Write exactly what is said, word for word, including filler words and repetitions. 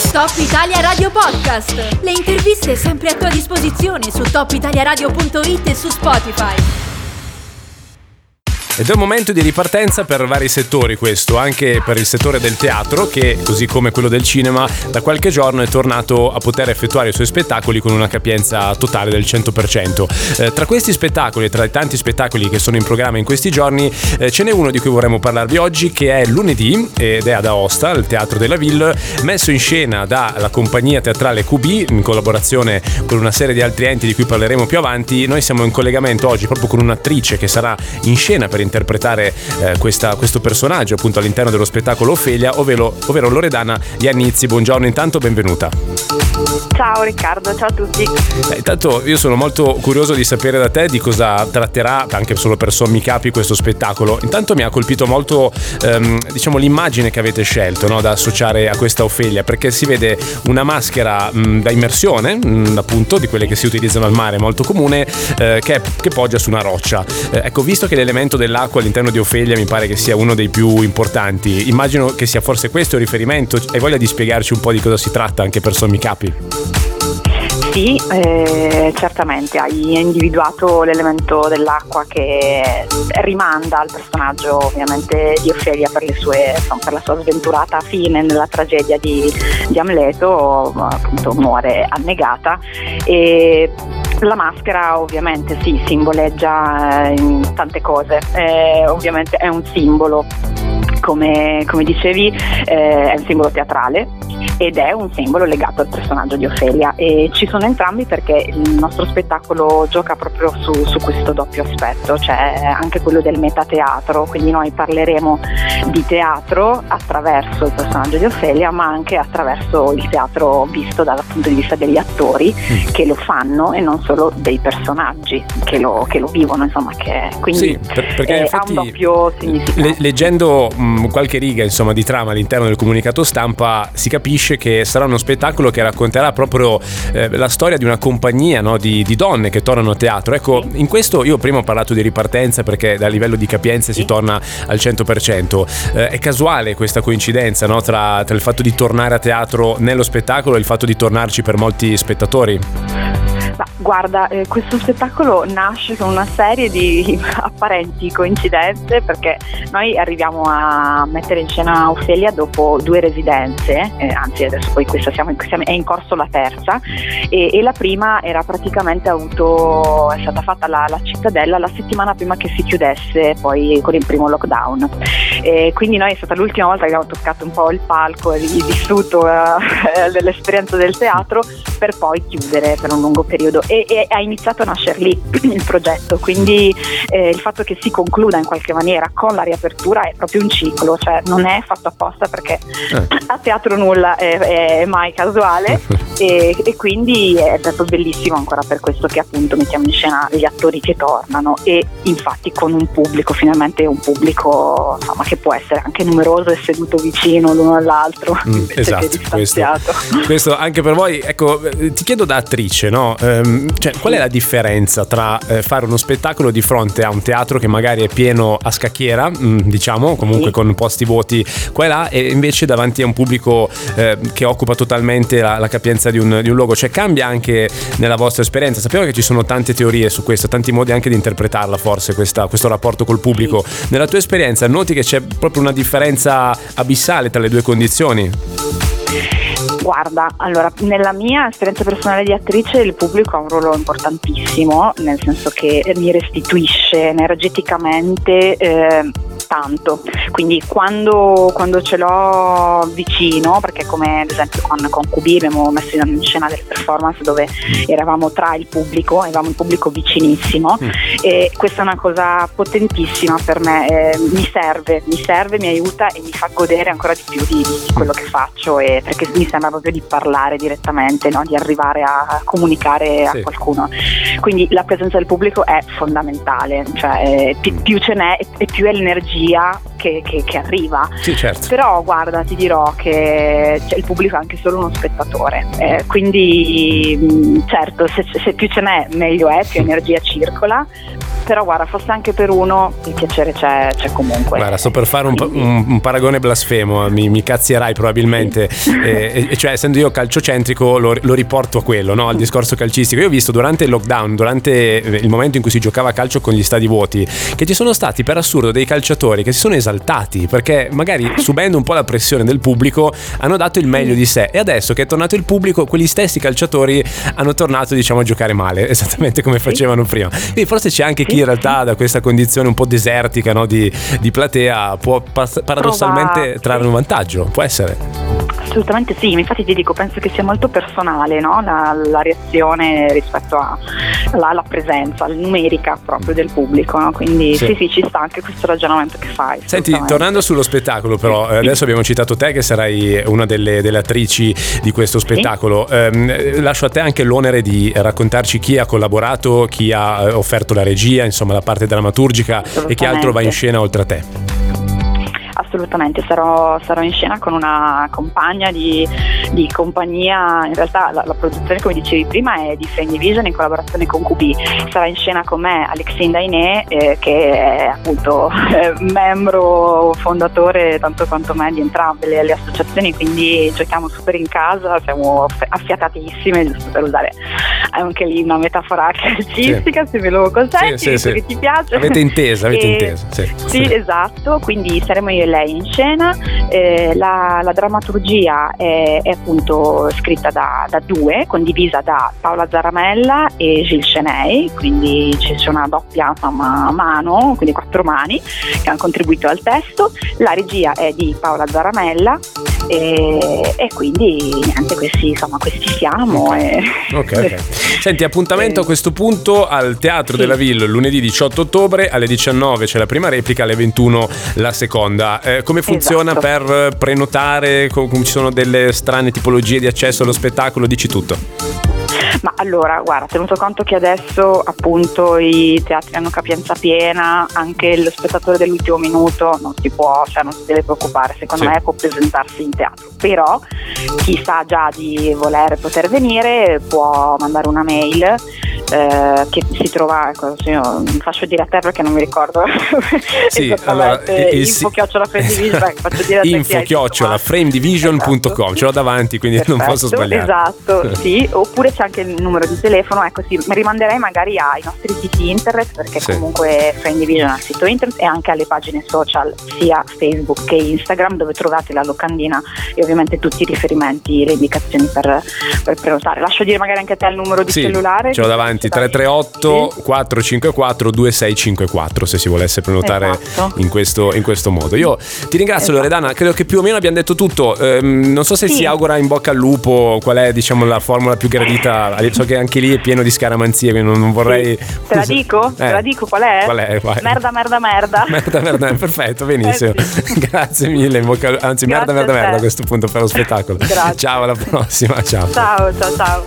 Top Italia Radio Podcast. Le interviste sempre a tua disposizione su top italia radio punto it e su Spotify. Ed è un momento di ripartenza per vari settori, questo, anche per il settore del teatro che, così come quello del cinema, da qualche giorno è tornato a poter effettuare i suoi spettacoli con una capienza totale del cento per cento. Eh, tra questi spettacoli, tra i tanti spettacoli che sono in programma in questi giorni, eh, ce n'è uno di cui vorremmo parlarvi oggi, che è lunedì ed è ad Aosta, al Teatro della Ville, messo in scena dalla compagnia teatrale Q B in collaborazione con una serie di altri enti di cui parleremo più avanti. Noi siamo in collegamento oggi proprio con un'attrice che sarà in scena per interpretare eh, questa, questo personaggio appunto all'interno dello spettacolo Ofelia, ovvero, ovvero Loredana Iannizzi. Buongiorno, intanto benvenuta. Ciao Riccardo, ciao a tutti. Eh, intanto io sono molto curioso di sapere da te di cosa tratterà, anche solo per sommi capi, questo spettacolo. Intanto mi ha colpito molto ehm, diciamo l'immagine che avete scelto, no, da associare a questa Ofelia, perché si vede una maschera mh, da immersione, mh, appunto di quelle che si utilizzano al mare, molto comune, eh, che, che poggia su una roccia. Eh, ecco, visto che l'elemento dell'acqua all'interno di Ofelia mi pare che sia uno dei più importanti, immagino che sia forse questo il riferimento. Hai voglia di spiegarci un po' di cosa si tratta, anche per sommi capi? Sì, eh, certamente hai individuato l'elemento dell'acqua che rimanda al personaggio ovviamente di Ofelia per, le sue, insomma, per la sua sventurata fine nella tragedia di, di Amleto, appunto muore annegata. E la maschera ovviamente sì, simboleggia eh, tante cose, eh, ovviamente è un simbolo, come, come dicevi, eh, è un simbolo teatrale ed è un simbolo legato al personaggio di Ofelia, e ci sono entrambi perché il nostro spettacolo gioca proprio su, su questo doppio aspetto, cioè anche quello del metateatro, quindi noi parleremo di teatro attraverso il personaggio di Ofelia, ma anche attraverso il teatro visto dal punto di vista degli attori mm. che lo fanno, e non solo dei personaggi che lo, che lo vivono, insomma, che quindi sì, per, perché eh, ha un doppio significato. Le, leggendo mh, qualche riga insomma di trama all'interno del comunicato stampa si capisce che sarà uno spettacolo che racconterà proprio eh, la storia di una compagnia, no, di, di donne che tornano a teatro. Ecco, in questo io prima ho parlato di ripartenza perché dal livello di capienze sì. si torna al cento per cento. Eh, è casuale questa coincidenza, no, tra, tra il fatto di tornare a teatro nello spettacolo e il fatto di tornarci per molti spettatori? Ma guarda, eh, questo spettacolo nasce con una serie di apparenti coincidenze, perché noi arriviamo a mettere in scena Ofelia dopo due residenze, eh, anzi adesso poi questa siamo, siamo, è in corso la terza, e, e la prima era praticamente avuto, è stata fatta la, la Cittadella la settimana prima che si chiudesse poi con il primo lockdown, e quindi noi è stata l'ultima volta che abbiamo toccato un po' il palco e vissuto eh, l'esperienza del teatro, per poi chiudere per un lungo periodo. E, e ha iniziato a nascere lì il progetto, quindi eh, il fatto che si concluda in qualche maniera con la riapertura è proprio un ciclo, cioè non è fatto apposta, perché eh. a teatro nulla è, è mai casuale e, e quindi è stato bellissimo ancora per questo che appunto mettiamo in scena gli attori che tornano, e infatti con un pubblico, finalmente un pubblico insomma che può essere anche numeroso e seduto vicino l'uno all'altro, mm, esatto, che distanziato. Questo, questo anche per voi. Ecco, ti chiedo da attrice, no? Cioè, qual è la differenza tra eh, fare uno spettacolo di fronte a un teatro che magari è pieno a scacchiera, mh, diciamo, comunque sì. con posti vuoti qua e là, e invece davanti a un pubblico eh, che occupa totalmente la, la capienza di un, di un luogo? Cioè, cambia anche nella vostra esperienza? Sappiamo che ci sono tante teorie su questo, tanti modi anche di interpretarla, forse, questa, questo rapporto col pubblico. Sì. Nella tua esperienza noti che c'è proprio una differenza abissale tra le due condizioni? Guarda, allora, nella mia esperienza personale di attrice il pubblico ha un ruolo importantissimo, nel senso che mi restituisce energeticamente eh, tanto, quindi quando, quando ce l'ho vicino, perché come ad esempio con, con Q B abbiamo messo in scena delle performance dove eravamo tra il pubblico, avevamo il pubblico vicinissimo, mm. e questa è una cosa potentissima per me, eh, mi serve, mi serve, mi aiuta e mi fa godere ancora di più di, di quello che faccio, e perché mi sembra proprio di parlare direttamente, no? Di arrivare a comunicare a sì. qualcuno, quindi la presenza del pubblico è fondamentale, cioè eh, più, più ce n'è e più è l'energia Che, che, che arriva. Sì, certo. Però guarda, ti dirò che cioè, il pubblico è anche solo uno spettatore, eh, quindi mh, certo se, se più ce n'è meglio è, più energia circola, però guarda, fosse anche per uno, il piacere c'è, c'è comunque. Guarda, sto per fare un, un, un paragone blasfemo, mi, mi cazzierai probabilmente, sì. e, e cioè essendo io calciocentrico lo, lo riporto a quello, no? Al discorso calcistico. Io ho visto durante il lockdown, durante il momento in cui si giocava a calcio con gli stadi vuoti, che ci sono stati per assurdo dei calciatori che si sono esaltati perché magari subendo un po' la pressione del pubblico hanno dato il meglio di sé, e adesso che è tornato il pubblico quegli stessi calciatori hanno tornato, diciamo, a giocare male, esattamente come facevano prima. Quindi forse c'è anche chi in realtà da questa condizione un po' desertica, no, di, di platea può paradossalmente Prova, trarre un vantaggio, può essere. Assolutamente sì, infatti ti dico, penso che sia molto personale, no? la, la reazione rispetto a, alla, alla presenza, alla numerica proprio del pubblico, no? Quindi sì. sì sì ci sta anche questo ragionamento che fai. Senti, tornando sullo spettacolo però, sì. adesso abbiamo citato te che sarai una delle, delle attrici di questo spettacolo, sì. ehm, lascio a te anche l'onere di raccontarci chi ha collaborato, chi ha offerto la regia, insomma la parte drammaturgica, e chi altro va in scena oltre a te. Assolutamente, sarò, sarò in scena con una compagna di, di compagnia. In realtà la, la produzione, come dicevi prima, è di Frame Division in collaborazione con Q B. Sarà in scena con me Alexine Dainé, eh, che è appunto eh, membro fondatore tanto quanto me di entrambe le, le associazioni, quindi giochiamo super in casa, siamo affiatatissime, giusto per usare anche lì una metafora calcistica, sì. se me lo consenti, sì, sì, perché sì. ti piace. Avete intesa, avete e, intesa. Sì, sì, sì, esatto, quindi saremo io e lei in scena. Eh, la, la drammaturgia è, è appunto scritta da, da due, condivisa da Paola Zaramella e Gilles Cheney, quindi c'è una doppia, insomma, mano, quindi quattro mani che hanno contribuito al testo. La regia è di Paola Zaramella e, e quindi niente, questi, insomma, questi siamo. E... ok, ok. Senti, appuntamento eh, a questo punto al Teatro sì. della Ville lunedì diciotto ottobre alle diciannove c'è la prima replica, alle ventuno la seconda. Eh, come funziona esatto. per prenotare? Come ci sono delle strane tipologie di accesso allo spettacolo? Dici tutto. Ma allora, guarda, tenuto conto che adesso appunto i teatri hanno capienza piena, anche lo spettatore dell'ultimo minuto non si può, cioè non si deve preoccupare, secondo sì. me può presentarsi in teatro. Però chi sa già di voler poter venire può mandare una mail eh, che si trova, ecco, io mi faccio dire a te perché non mi ricordo sì, allora, info chiocciola frame division faccio dire a te info chiocciola frame division punto com, ce l'ho davanti, quindi perfetto, non posso sbagliare. Esatto, sì, oppure c'è anche il numero di telefono, ecco sì, mi rimanderei magari ai nostri siti internet, perché sì. comunque Frame Division ha il sito internet e anche alle pagine social sia Facebook che Instagram, dove trovate la locandina e ovviamente tutti i riferimenti, le indicazioni per, per prenotare. Lascio dire magari anche a te il numero di sì, cellulare, ce l'ho davanti, tre tre otto sì. quattro cinque quattro due sei cinque quattro se si volesse prenotare esatto. in, questo, in questo modo. Io ti ringrazio esatto. Loredana, credo che più o meno abbiamo detto tutto, ehm, non so se sì. si augura in bocca al lupo, qual è, diciamo, la formula più gradita. So che anche lì è pieno di scaramanzie, quindi non vorrei. Sì. Te la dico? Eh. Te la dico qual è? Qual è? Vai. Merda, merda, merda. Merda, merda, perfetto, benissimo. Eh sì. Grazie mille, anzi, Grazie merda, merda, merda a questo punto per lo spettacolo. Grazie. Ciao, alla prossima. Ciao. Ciao, ciao, ciao.